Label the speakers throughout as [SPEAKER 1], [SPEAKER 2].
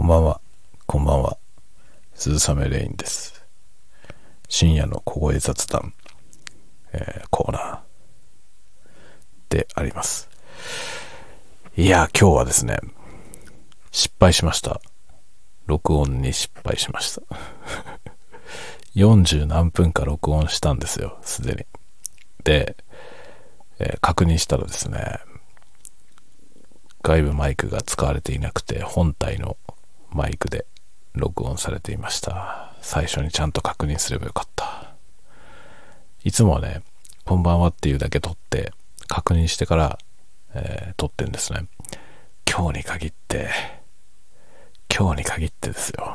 [SPEAKER 1] ばんは、こんばんは。鈴雨レインです。深夜の小声雑談、コーナーであります。いや、今日はですね、失敗しました。録音に失敗しました。40何分か録音したんですよ、すでに。で、確認したらですね、外部マイクが使われていなくて、本体のマイクで録音されていました。最初にちゃんと確認すればよかった。いつもはね、こんばんはっていうだけ撮って確認してから、撮ってんですね。今日に限ってですよ。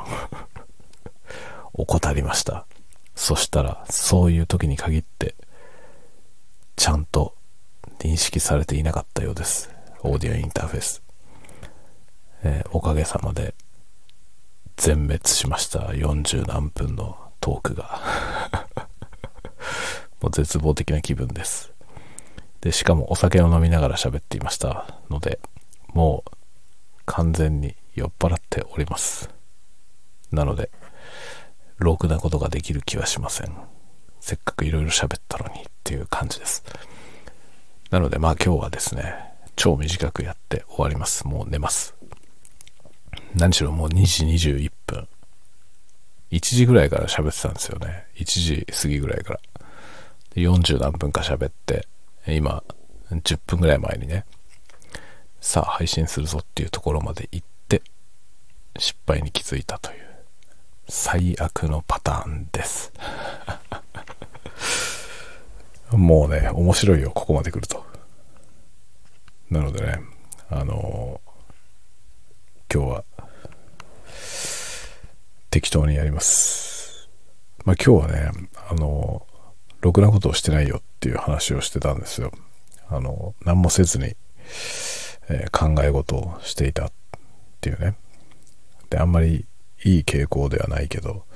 [SPEAKER 1] 怠りました。そしたらそういう時に限ってちゃんと認識されていなかったようです。オーディオインターフェース。おかげさまで全滅しました。40何分のトークがもう絶望的な気分です。で、しかもお酒を飲みながら喋っていましたので、もう完全に酔っ払っております。なのでろくなことができる気はしません。せっかくいろいろ喋ったのにっていう感じです。なので今日はですね、超短くやって終わります。もう寝ます。何しろもう2時21分。1時ぐらいから喋ってたんですよね。1時過ぎぐらいから。で40何分か喋って、今、10分ぐらい前にね、さあ配信するぞっていうところまで行って、失敗に気づいたという、最悪のパターンです。もうね、面白いよ、ここまで来ると。なのでね、今日は、適当にやります。今日はね、ろくなことをしてないよっていう話をしてたんですよ。何もせずに、考え事をしていたっていうね。で、あんまりいい傾向ではないけど、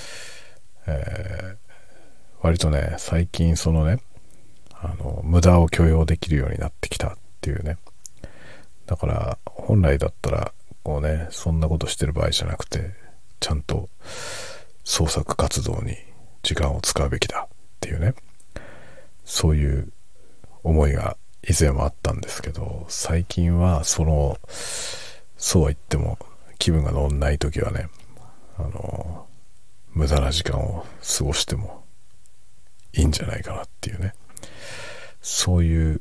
[SPEAKER 1] 割とね、最近そのね、無駄を許容できるようになってきたっていうね。だから本来だったらこうね、そんなことしてる場合じゃなくて、ちゃんと創作活動に時間を使うべきだっていうね、そういう思いが以前はあったんですけど、最近はそうは言っても気分が乗んない時はね、無駄な時間を過ごしてもいいんじゃないかなっていうね、そういう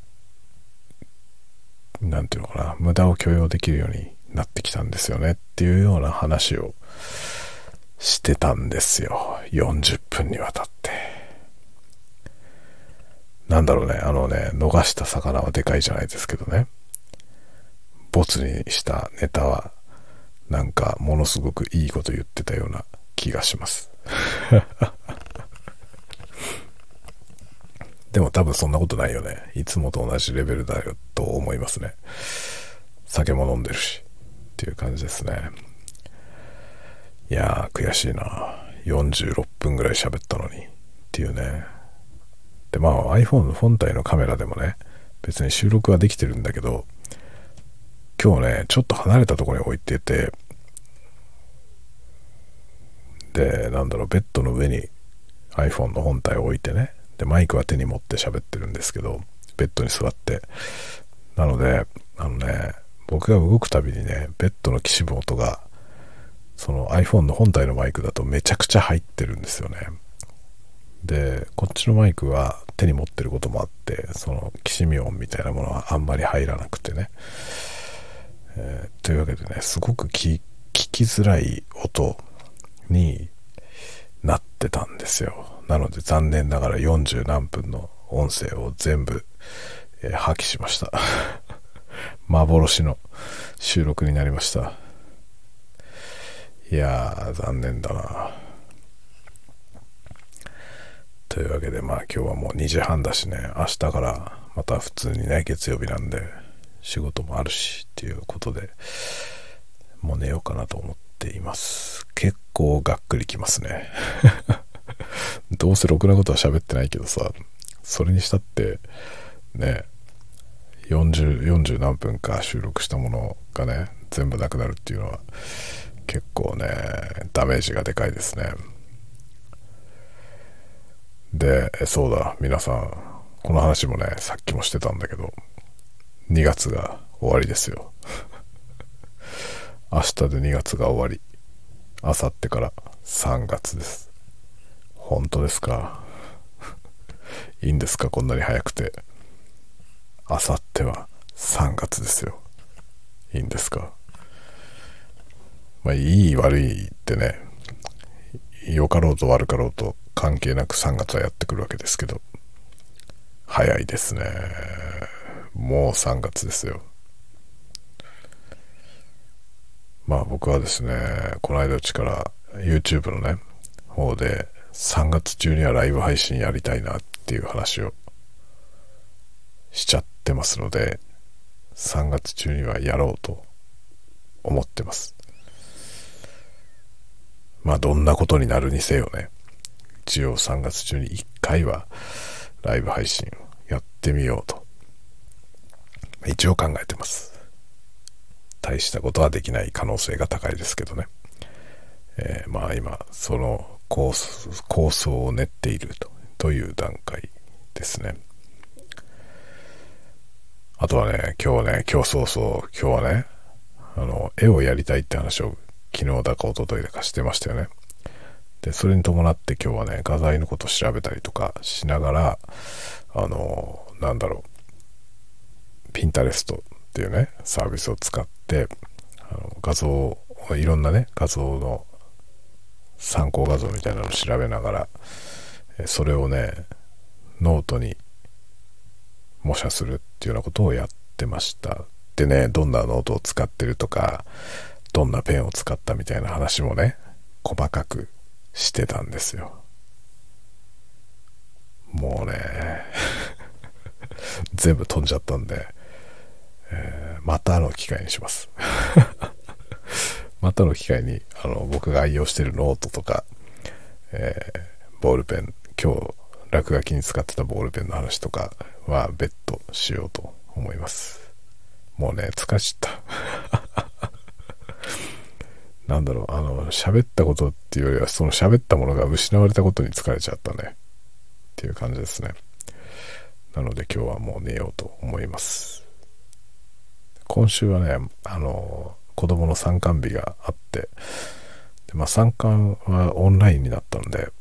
[SPEAKER 1] なんていうのかな、無駄を許容できるようになってきたんですよねっていうような話をしてたんですよ。40分にわたって。なんだろうね、逃した魚はでかいじゃないですけどね。ボツにしたネタはなんかものすごくいいこと言ってたような気がします。でも多分そんなことないよね。いつもと同じレベルだよと思いますね。酒も飲んでるしっていう感じですね。いやー悔しいな。46分ぐらい喋ったのにっていうね。でiPhone の本体のカメラでもね、別に収録はできてるんだけど、今日ねちょっと離れたところに置いてて、でベッドの上に iPhone の本体を置いてね、でマイクは手に持って喋ってるんですけど、ベッドに座って、なので僕が動くたびにね、ベッドのきしむ音がその iPhone の本体のマイクだとめちゃくちゃ入ってるんですよね。でこっちのマイクは手に持ってることもあって、そのきしみ音みたいなものはあんまり入らなくてね、というわけでね、すごく聞きづらい音になってたんですよ。なので残念ながら40何分の音声を全部、破棄しました。幻の収録になりました。いやー残念だな。というわけで今日はもう2時半だしね、明日からまた普通にね、月曜日なんで仕事もあるしっていうことで、もう寝ようかなと思っています。結構がっくりきますね。どうせろくなことは喋ってないけどさ、それにしたってね、40何分か収録したものがね、 全部なくなるっていうのは結構ね、ダメージがでかいですね。で、そうだ、皆さん、この話もね、さっきもしてたんだけど、2月が終わりですよ。明日で2月が終わり、明後日から3月です。本当ですか？いいんですか、こんなに早くて。明後日は3月ですよ。いいんですか？まあ、いい悪いってね、良かろうと悪かろうと関係なく3月はやってくるわけですけど、早いですね。もう3月ですよ。まあ僕はですね、この間うちから YouTube のね、方で3月中にはライブ配信やりたいなっていう話をしちゃってますので、3月中にはやろうと思ってます。まあどんなことになるにせよね、一応3月中に1回はライブ配信をやってみようと一応考えてます。大したことはできない可能性が高いですけどね。まあ今その構想を練っているという段階ですね。あとはね、今日はね、絵をやりたいって話を昨日だか一昨日だかしてましたよね。で、それに伴って今日はね、画材のことを調べたりとかしながら、ピンタレストっていうね、サービスを使って、いろんなね、画像の参考画像みたいなのを調べながら、それをね、ノートに模写するっていうようなことをやってました。でね、どんなノートを使ってるとか、どんなペンを使ったみたいな話もね、細かくしてたんですよ。もうね全部飛んじゃったんで、またの機会にしますまたの機会に僕が愛用してるノートとか、ボールペン、今日落書きに使ってたボールペンの話とかは別途しようと思います。もうね、疲れちゃったなんだろう、喋ったことっていうよりは、その喋ったものが失われたことに疲れちゃったねっていう感じですね。なので今日はもう寝ようと思います。今週はね、子供の参観日があって、で、まあ、参観はオンラインになったので、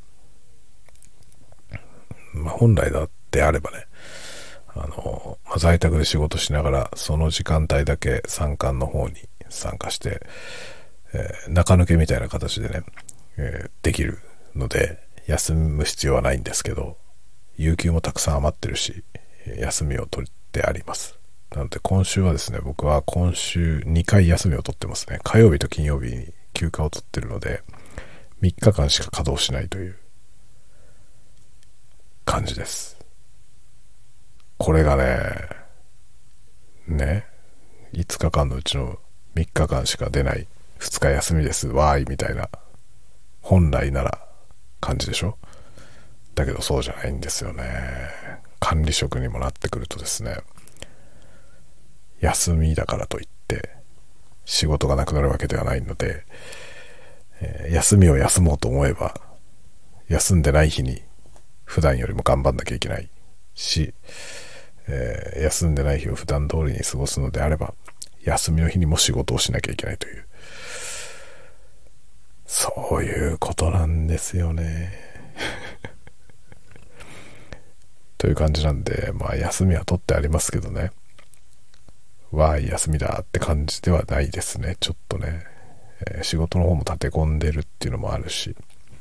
[SPEAKER 1] まあ、本来であればね、在宅で仕事しながらその時間帯だけ参観の方に参加して、中抜けみたいな形でね、できるので休む必要はないんですけど、有給もたくさん余ってるし、休みを取ってあります。なので今週はですね、僕は今週2回休みを取ってますね。火曜日と金曜日に休暇を取ってるので、3日間しか稼働しないという感じです。これがね、5日間のうちの3日間しか出ない2日休みですわーいみたいな、本来なら感じでしょ。だけどそうじゃないんですよね。管理職にもなってくるとですね、休みだからといって仕事がなくなるわけではないので、休みを休もうと思えば休んでない日に普段よりも頑張んなきゃいけないし、休んでない日を普段通りに過ごすのであれば休みの日にも仕事をしなきゃいけないという、そういうことなんですよねという感じなんで、まあ休みは取ってありますけどね、わーい休みだって感じではないですね。ちょっとね、仕事の方も立て込んでるっていうのもあるし、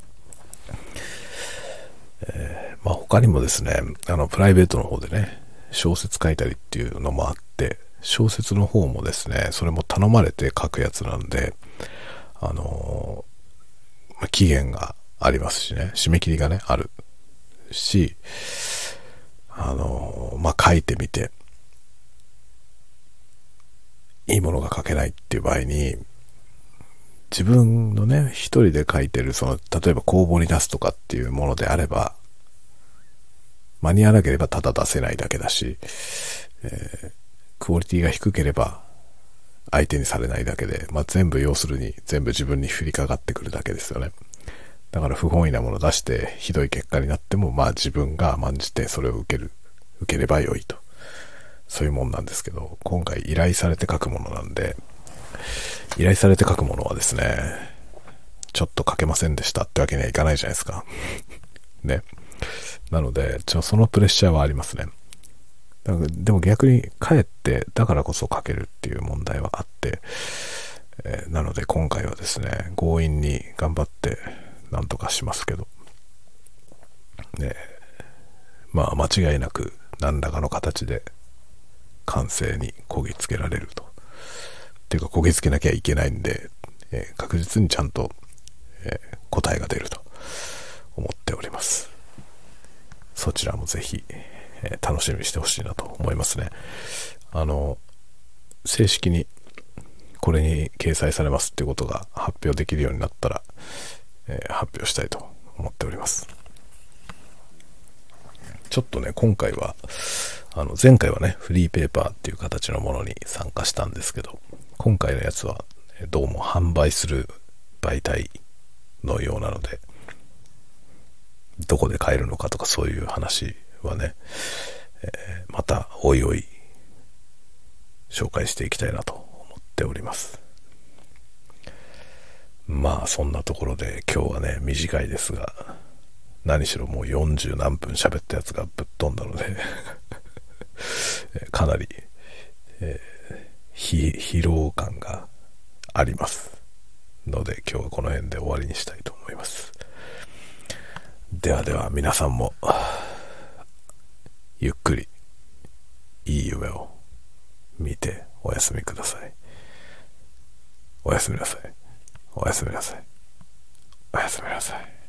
[SPEAKER 1] まあ他にもですね、プライベートの方でね、小説書いたりっていうのもあって、小説の方もですね、それも頼まれて書くやつなんで、期限がありますしね、締め切りがね、あるし、まあ書いてみて、いいものが書けないっていう場合に、自分のね、一人で書いてる、例えば公募に出すとかっていうものであれば、間に合わなければただ出せないだけだし、クオリティが低ければ相手にされないだけで、全部要するに全部自分に降りかかってくるだけですよね。だから不本意なものを出してひどい結果になっても、自分が甘んじてそれを受ければよいと。そういうもんなんですけど、今回依頼されて書くものなんで、依頼されて書くものはですね、ちょっと書けませんでしたってわけにはいかないじゃないですか。ね。なので、そのプレッシャーはありますね。でも逆にかえってだからこそ書けるっていう問題はあって、なので今回はですね、強引に頑張ってなんとかしますけど、ね、間違いなく何らかの形で完成にこぎつけられると。っていうか、こぎつけなきゃいけないんで、確実にちゃんと、答えが出ると思っております。そちらもぜひ、楽しみにしてほしいなと思いますね。正式にこれに掲載されますっていうことが発表できるようになったら、発表したいと思っております。ちょっとね、今回は前回はね、フリーペーパーっていう形のものに参加したんですけど、今回のやつはどうも販売する媒体のようなので、どこで買えるのかとかそういう話はね、またおいおい紹介していきたいなと思っております。そんなところで今日はね、短いですが、何しろもう40何分喋ったやつがぶっ飛んだのでかなり、疲労感がありますので、今日はこの辺で終わりにしたいと思います。ではでは、皆さんもゆっくりいい夢を見ておやすみください。おやすみなさい。おやすみなさい。おやすみなさい。